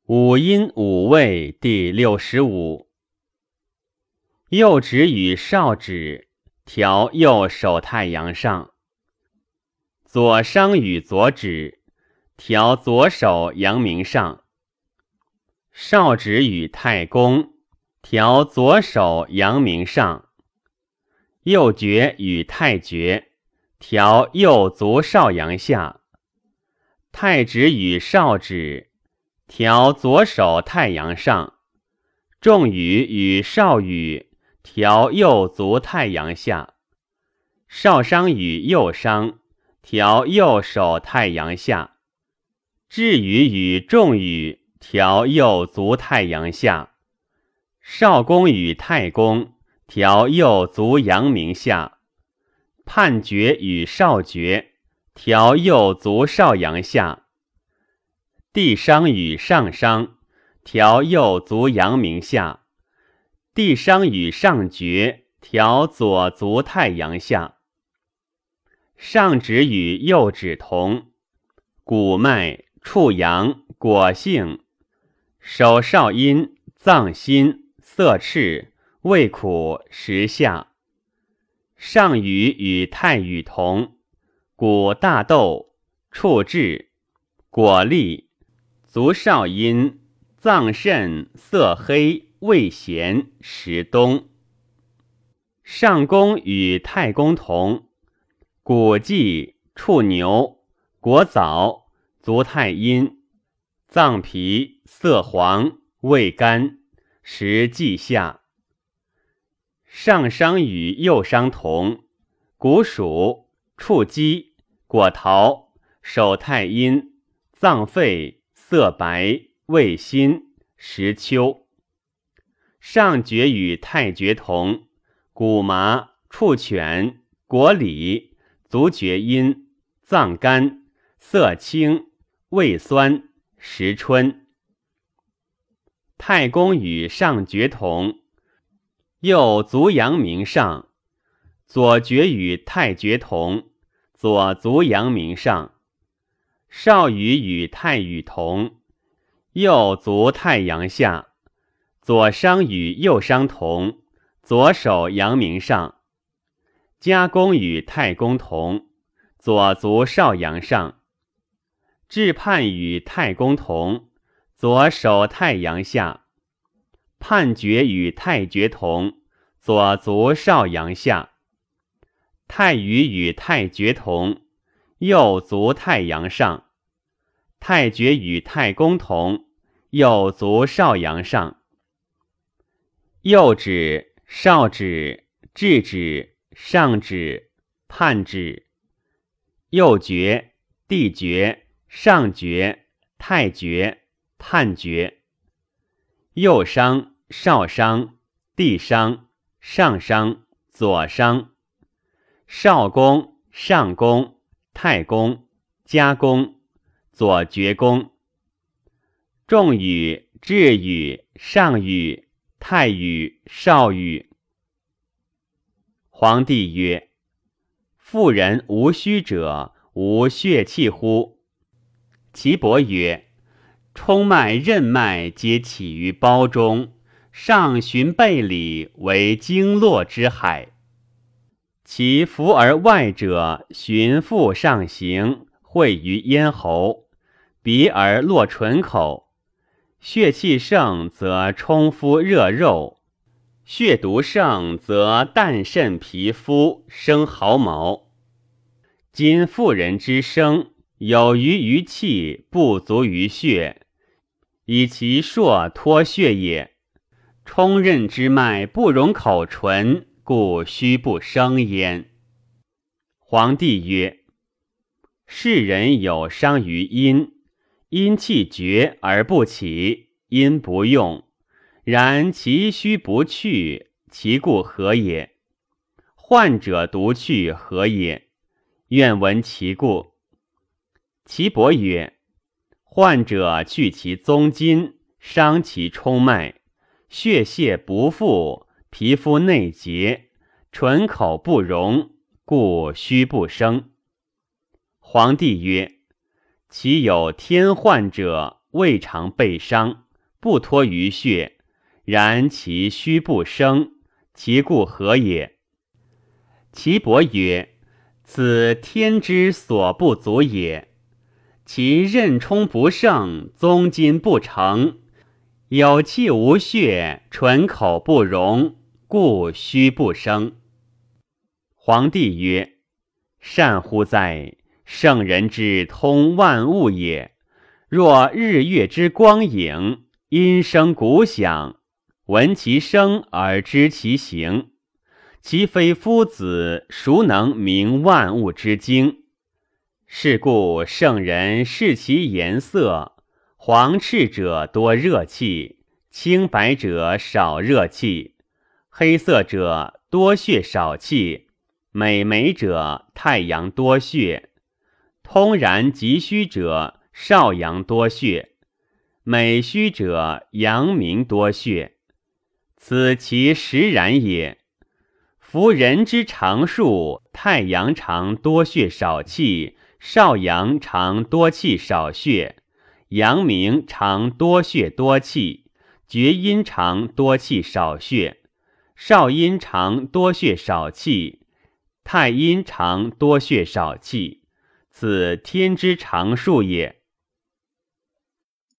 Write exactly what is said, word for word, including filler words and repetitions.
五阴五味第六十五。右指与少指，调右手太阳上。左商与左指，调左手阳明上。少指与太公，调左手阳明上。右厥与太厥，调右足少阳下。太指与少指，调左手太阳上。仲羽与少羽，调右足太阳下。少商与右商，调右手太阳下。至羽与仲羽，调右足太阳下。少公与太公，调右足阳明下。判厥与少厥，调右足少阳下。地商与上商，调右足阳明下。地商与上厥，调左足太阳下。上指与右指同，骨脉、触阳、果性、手少阴、脏心、色赤、胃苦、食下。上羽与太羽同，骨大窦、触质、果粒、足少阴、脏肾、色黑、味咸、食冬。上公与太公同，骨际、触牛、果枣、足太阴、脏皮、色黄、味甘、食季下。上商与右商同，骨属、触鸡、果桃、手太阴、脏肺、色白、味辛、食秋。上厥与太厥同，骨麻、触犬、果李、足厥阴、脏肝、色青、味酸、食春。太公与上厥同，右足阳明上。左厥与太厥同，左足阳明上。少羽与太羽同，右足太阳下。左商与右商同，左手阳明上。家公与太公同，左足少阳上。至判与太公同，左手太阳下。判厥与太厥同，左足少阳下。太羽与太厥同，右足太阳上。太厥与太公同，右足少阳上。右指、少指、至指、上指、判指。右厥、地厥、上厥、太厥、判厥。右商、少商、地商、上商、左商。少公、上公、太公、家公、左厥公。仲羽、至羽、上羽、太羽、少羽。皇帝曰：妇人无虚者，无血气乎？岐伯曰：冲脉、任脉皆起于胞中，上循背里，为经络之海。其浮而外者，循腹上行，会于咽喉，鼻而落唇口。血气盛则冲肤热肉，血毒盛则淡渗皮肤，生毫毛。今妇人之生，有余于气，不足于血，以其硕脱血也。冲任之脉不容口唇，故须不生焉。皇帝曰：世人有伤于阴，阴气绝而不起，阴不用，然其虚不去，其故何也？患者独去，何也？愿闻其故。岐伯曰：患者去其宗筋，伤其冲脉，血泄不复，皮肤内结，唇口不容，故须不生。皇帝曰：其有天患者， 未尝被伤，不脱于血，然其虚不生，其故何也？岐伯曰：此天之所不足也。其任冲不胜，宗筋不成，有气无血，唇口不容，故虚不生。皇帝曰：善乎哉！圣人之通万物也。若日月之光影，音声鼓响，闻其声而知其形，其非夫子，孰能明万物之精？是故圣人视其颜色，黄赤者多热气，青白者少热气，黑色者多血少气，美美者太阳多血，通然极虚者少阳多血，美虚者阳明多血。此其实然也。夫人之常数，太阳常多血少气，少阳常多气少血，阳明常多血多气，厥阴常多气少血，少阴常多血少气，太阴常多血少气。此天之常数也。